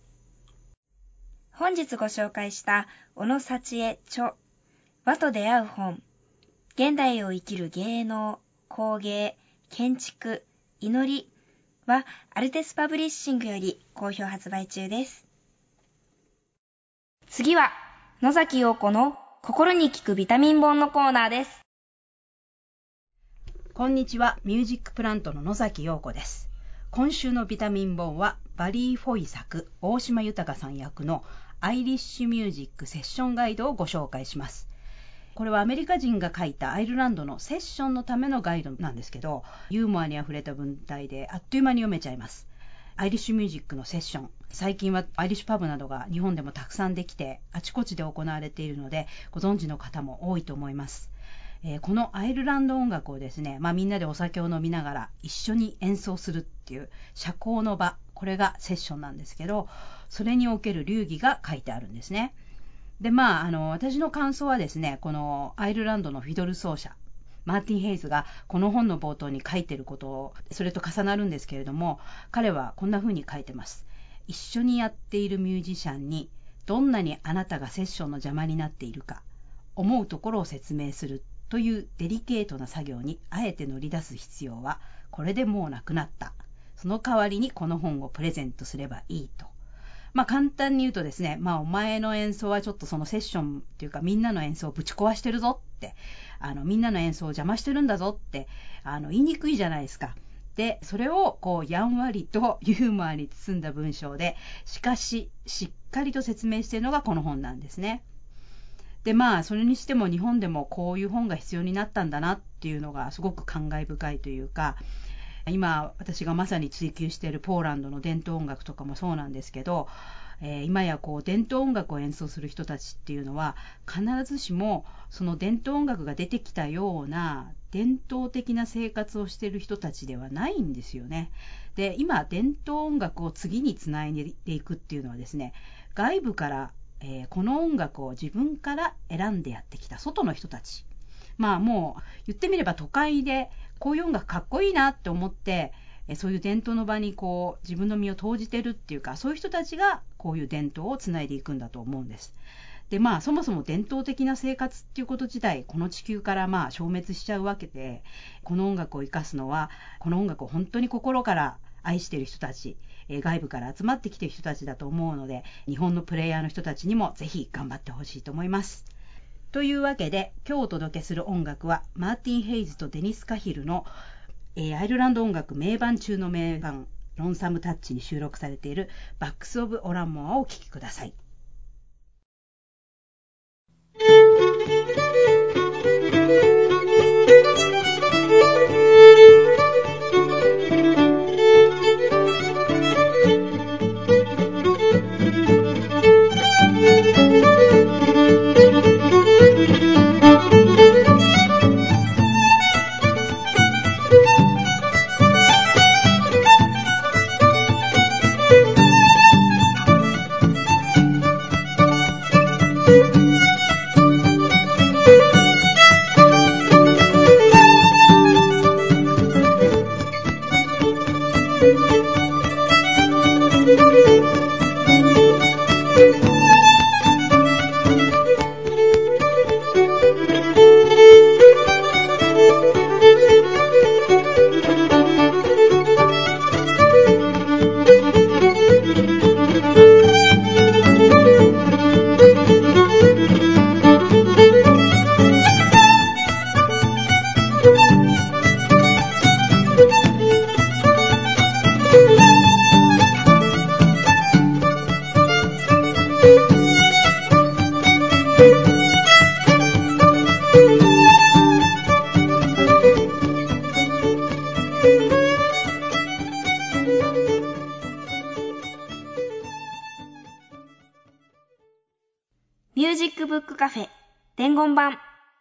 本日ご紹介した小野幸恵著和と出会う本、現代を生きる芸能、工芸、建築、祈りはアルテスパブリッシングより好評発売中です。次は野崎陽子の心に効くビタミン本のコーナーです。 こんにちは、ミュージックプラントの野崎陽子です。今週のビタミン本はバリー・フォイ作、大島豊さん役のアイリッシュミュージックセッションガイドをご紹介します。これはアメリカ人が書いたアイルランドのセッションのためのガイドなんですけど、ユーモアにあふれた文体であっという間に読めちゃいます。アイリッシュミュージックのセッション、最近はアイリッシュパブなどが日本でもたくさんできて、あちこちで行われているのでご存知の方も多いと思います。えー、このアイルランド音楽をですね、まあ、みんなでお酒を飲みながら一緒に演奏するっていう社交の場、これがセッションなんですけど、それにおける流儀が書いてあるんですね。で、まあ、あの私の感想はですね、このアイルランドのフィドル奏者マーティン・ヘイズがこの本の冒頭に書いてることを、それと重なるんですけれども、彼はこんな風に書いてます。一緒にやっているミュージシャンにどんなにあなたがセッションの邪魔になっているか思うところを説明するっというデリケートな作業にあえて乗り出す必要はこれでもうなくなった。その代わりにこの本をプレゼントすればいいと。まあ簡単に言うとですね、まあお前の演奏はちょっとそのセッションっていうかみんなの演奏をぶち壊してるぞって、あのみんなの演奏を邪魔してるんだぞってあの言いにくいじゃないですか。で、それをこうやんわりとユーモアに包んだ文章で、しかししっかりと説明しているのがこの本なんですね。で、まあそれにしても日本でもこういう本が必要になったんだなっていうのがすごく感慨深いというか、今私がまさに追求しているポーランドの伝統音楽とかもそうなんですけど、えー、今やこう伝統音楽を演奏する人たちっていうのは必ずしもその伝統音楽が出てきたような伝統的な生活をしている人たちではないんですよね。で、今伝統音楽を次につないでいくっていうのはですね、外部から、えー、この音楽を自分から選んでやってきた外の人たち、まあもう言ってみれば都会でこういう音楽かっこいいなって思ってそういう伝統の場にこう自分の身を投じてるっていうか、そういう人たちがこういう伝統をつないでいくんだと思うんです。で、まあそもそも伝統的な生活っていうこと自体この地球からまあ消滅しちゃうわけで、この音楽を生かすのはこの音楽を本当に心から愛している人たち、外部から集まってきている人たちだと思うので、日本のプレイヤーの人たちにもぜひ頑張ってほしいと思います。というわけで今日お届けする音楽はマーティン・ヘイズとデニス・カヒルの、えー、アイルランド音楽名盤中の名盤ロンサムタッチに収録されているバックス・オブ・オランモアをお聴きください。 ミュージックブックカフェ伝言版。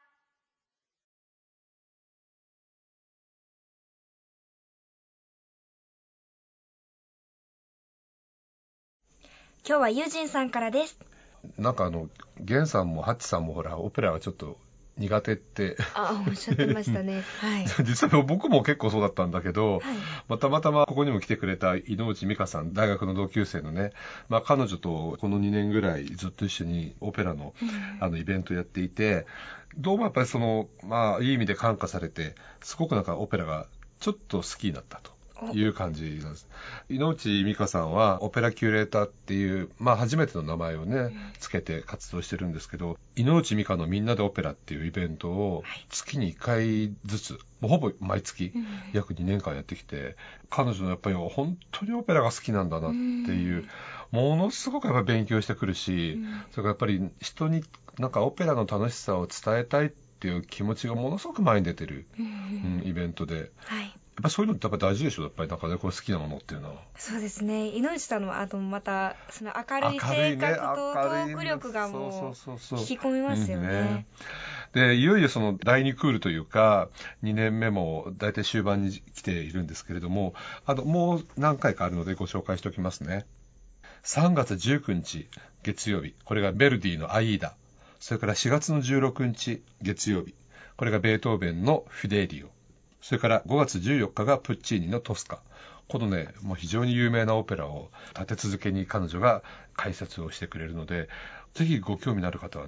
今日はユージンさんからです。 なんかあのゲンさんもハッチさんもほらオペラはちょっと苦手ってあおっしゃってましたね。はい。 実は僕も結構そうだったんだけど、はい、まあ、たまたまここにも来てくれた井内美香さん、大学の同級生のね、まあ、彼女とこのにねんぐらいずっと一緒にオペラの、うん、あのイベントやっていて、どうもやっぱりそのまあいい意味で感化されて、すごくなんかオペラがちょっと好きになったという感じなんです。井内美香さんはオペラキュレーターっていう、まあ初めての名前をね、つけて活動してるんですけど、井内美香のみんなでオペラっていうイベントを月にいっかいずつ、もうほぼ毎月約にねんかんやってきて、彼女のやっぱり本当にオペラが好きなんだなっていう、ものすごくやっぱり勉強してくるし、それからやっぱり人になんかオペラの楽しさを伝えたいっていう気持ちがものすごく前に出てる、うん、イベントで。はい、やっぱそういうのってやっぱ大事でしょ、やっぱりなんかね、これ好きなものっていうのは。 そうですね。井内さんのあとまたその明るい性格とトーク力がもう引き込みますよね。 で、いよいよそのだいにクールというかにねんめも大体終盤に来ているんですけれども、あともう何回かあるのでご紹介しておきますね。さんがつじゅうくにち月曜日、これがヴェルディのアイーダ。それからしがつのじゅうろくにち月曜日、これがベートーベンのフィデリオ。それからごがつじゅうよっかがプッチーニのトスカ。このね、もう非常に有名なオペラを立て続けに彼女が解説をしてくれるので、ぜひご興味のある方はね、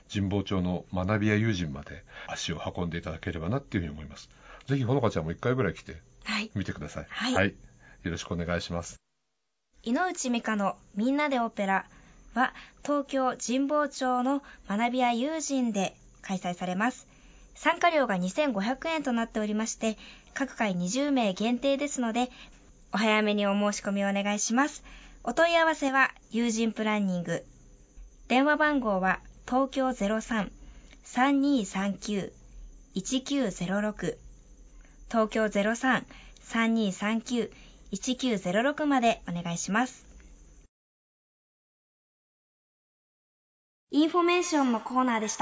神保町の学び屋友人まで足を運んでいただければなっていうふうに思います。ぜひほのかちゃんも一回ぐらい来て見てください。 はい、 はい、よろしくお願いします。 井内美香のみんなでオペラは東京神保町の学び屋友人で開催されます。参加料がにせんごひゃくえんとなっておりまして、各回にじゅうめい限定ですので、お早めにお申し込みをお願いします。お問い合わせは友人プランニング。電話番号は東京 ゼロさん さんにーさんきゅう いちきゅうゼロろく 東京 ゼロさん さんにーさんきゅう いちきゅうゼロろく までお願いします。インフォメーションのコーナーでした。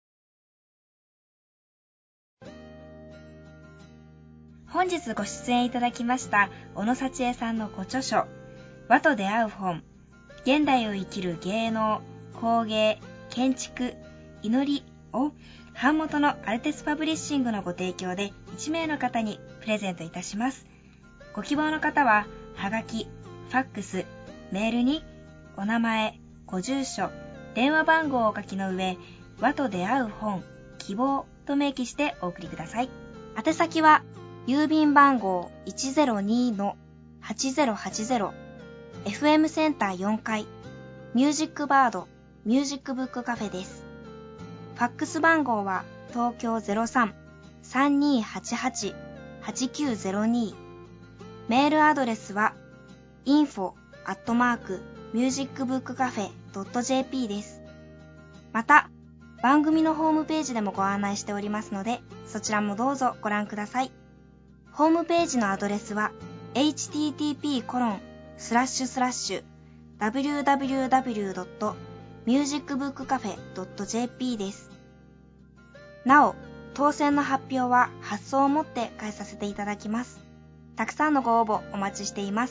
本日ご出演いただきました小野幸恵さんのご著書和と出会う本、現代を生きる芸能、工芸、建築、祈りを版元のアルテスパブリッシングのご提供でいちめいの方にプレゼントいたします。ご希望の方ははがき、ファックス、メールにお名前、ご住所、電話番号をお書きの上、和と出会う本、希望と明記してお送りください。宛先は郵便番号 いちゼロにー はちゼロはちゼロ エフエム センターよんかいミュージックバードミュージックブックカフェです。ファックス番号は東京 ゼロさん さんにーはちはち はちきゅうゼロに メールアドレスは インフォ アットマーク ミュージックブックカフェ ドット ジェーピー です。また番組のホームページでもご案内しておりますので、そちらもどうぞご覧ください。ホームページのアドレスは エイチティーティーピーコロンスラッシュスラッシュダブリューダブリューダブリュードットミュージックブックカフェドット ジェーピー です。なお、当選の発表は発送をもって返させていただきます。たくさんのご応募お待ちしています。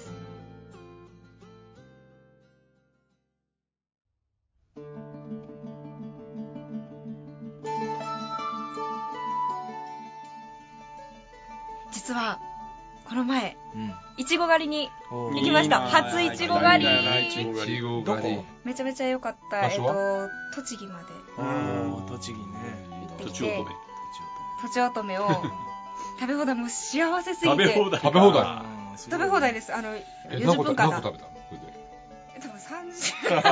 実はこの前、いちご狩りに行きました。初いちご狩り。 どこ？ めちゃめちゃ良かった。えっと栃木まで。 栃木ね。 行ってきて、とちおとめを食べ放題、もう幸せすぎて。 食べ放題。 食べ放題。 食べ放題です。あのよんじゅっぷんかんだ。何個食べた？多分さんじゅう。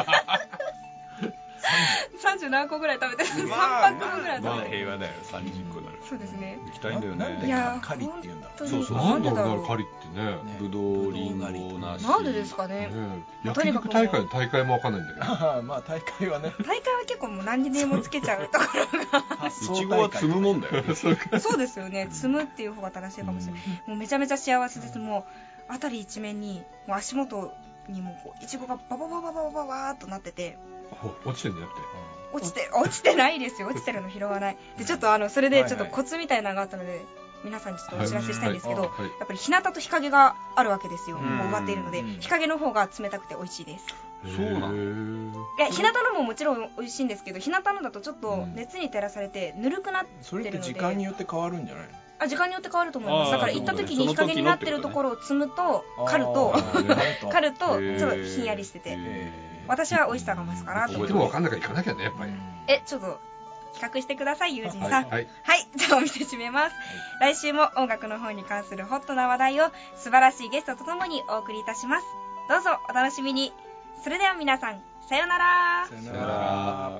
さんじゅう何個ぐらい食べてる、まあ、さんパックぐらい食べてる、 まあ平和だよ、さんじゅっこだよ。 そうですね。 行きたいんだよね。 なんでカリって言うんだろう。 そうそう。なんでだろうカリってね。 ぶどう、リンゴ、梨。 なんでですかね。 焼肉大会の大会もわかんないんだけど。 まあ大会はね。 大会は結構もう何にでもつけちゃうところが。 いちごは積むもんだよ。 そうですよね。積むっていう方が正しいかもしれない。もうめちゃめちゃ幸せです。もう辺り一面にもう足元にもこういちごがババババババババーっとなってて。 落ちてんじゃなくて。 落ちて落ちてないですよ。落ちてるの拾わない。でちょっとあのそれでちょっとコツみたいなのがあったので、皆さんにちょっとお知らせしたいんですけど、やっぱり日向と日陰があるわけですよ。もう植わっているので、日陰の方が冷たくて美味しいです。 そうなの？ いや、日向のももちろん美味しいんですけど、日向のだとちょっと熱に照らされてぬるくなってるので。 それって時間によって変わるんじゃないの？ あ、時間によって変わると思います。だから行った時に日陰になってるところを摘むと、刈ると刈るとちょっとひんやりしてて、私は美味しさが増すかなと思って。 でも分かんないから行かなきゃね、やっぱり。 え、ちょっと企画してください、友人さん。はい、はい、じゃあお店閉めます。来週も音楽の方に関するホットな話題を素晴らしいゲストとともにお送りいたします。どうぞお楽しみに。それでは皆さん、さようなら。 さようなら。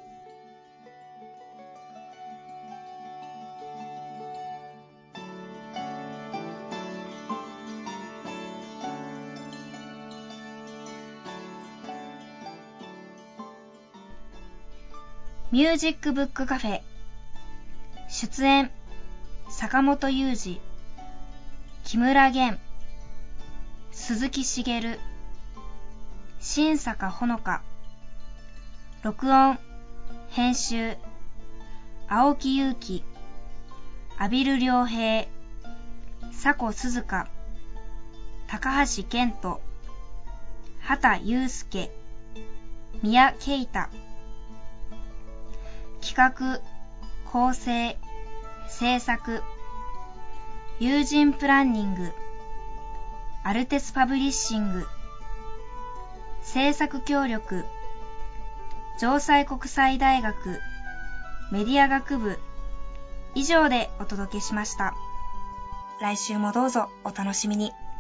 ミュージックブックカフェ。出演坂本雄二、木村玄、鈴木茂、新坂ほのか。録音編集青木祐希、阿比留良平、佐古鈴香、高橋健人、畑祐介、宮慶太。企画、構成、制作、友人プランニング、アルテスパブリッシング、制作協力、 城西国際大学メディア学部以上でお届けしました。来週もどうぞお楽しみに。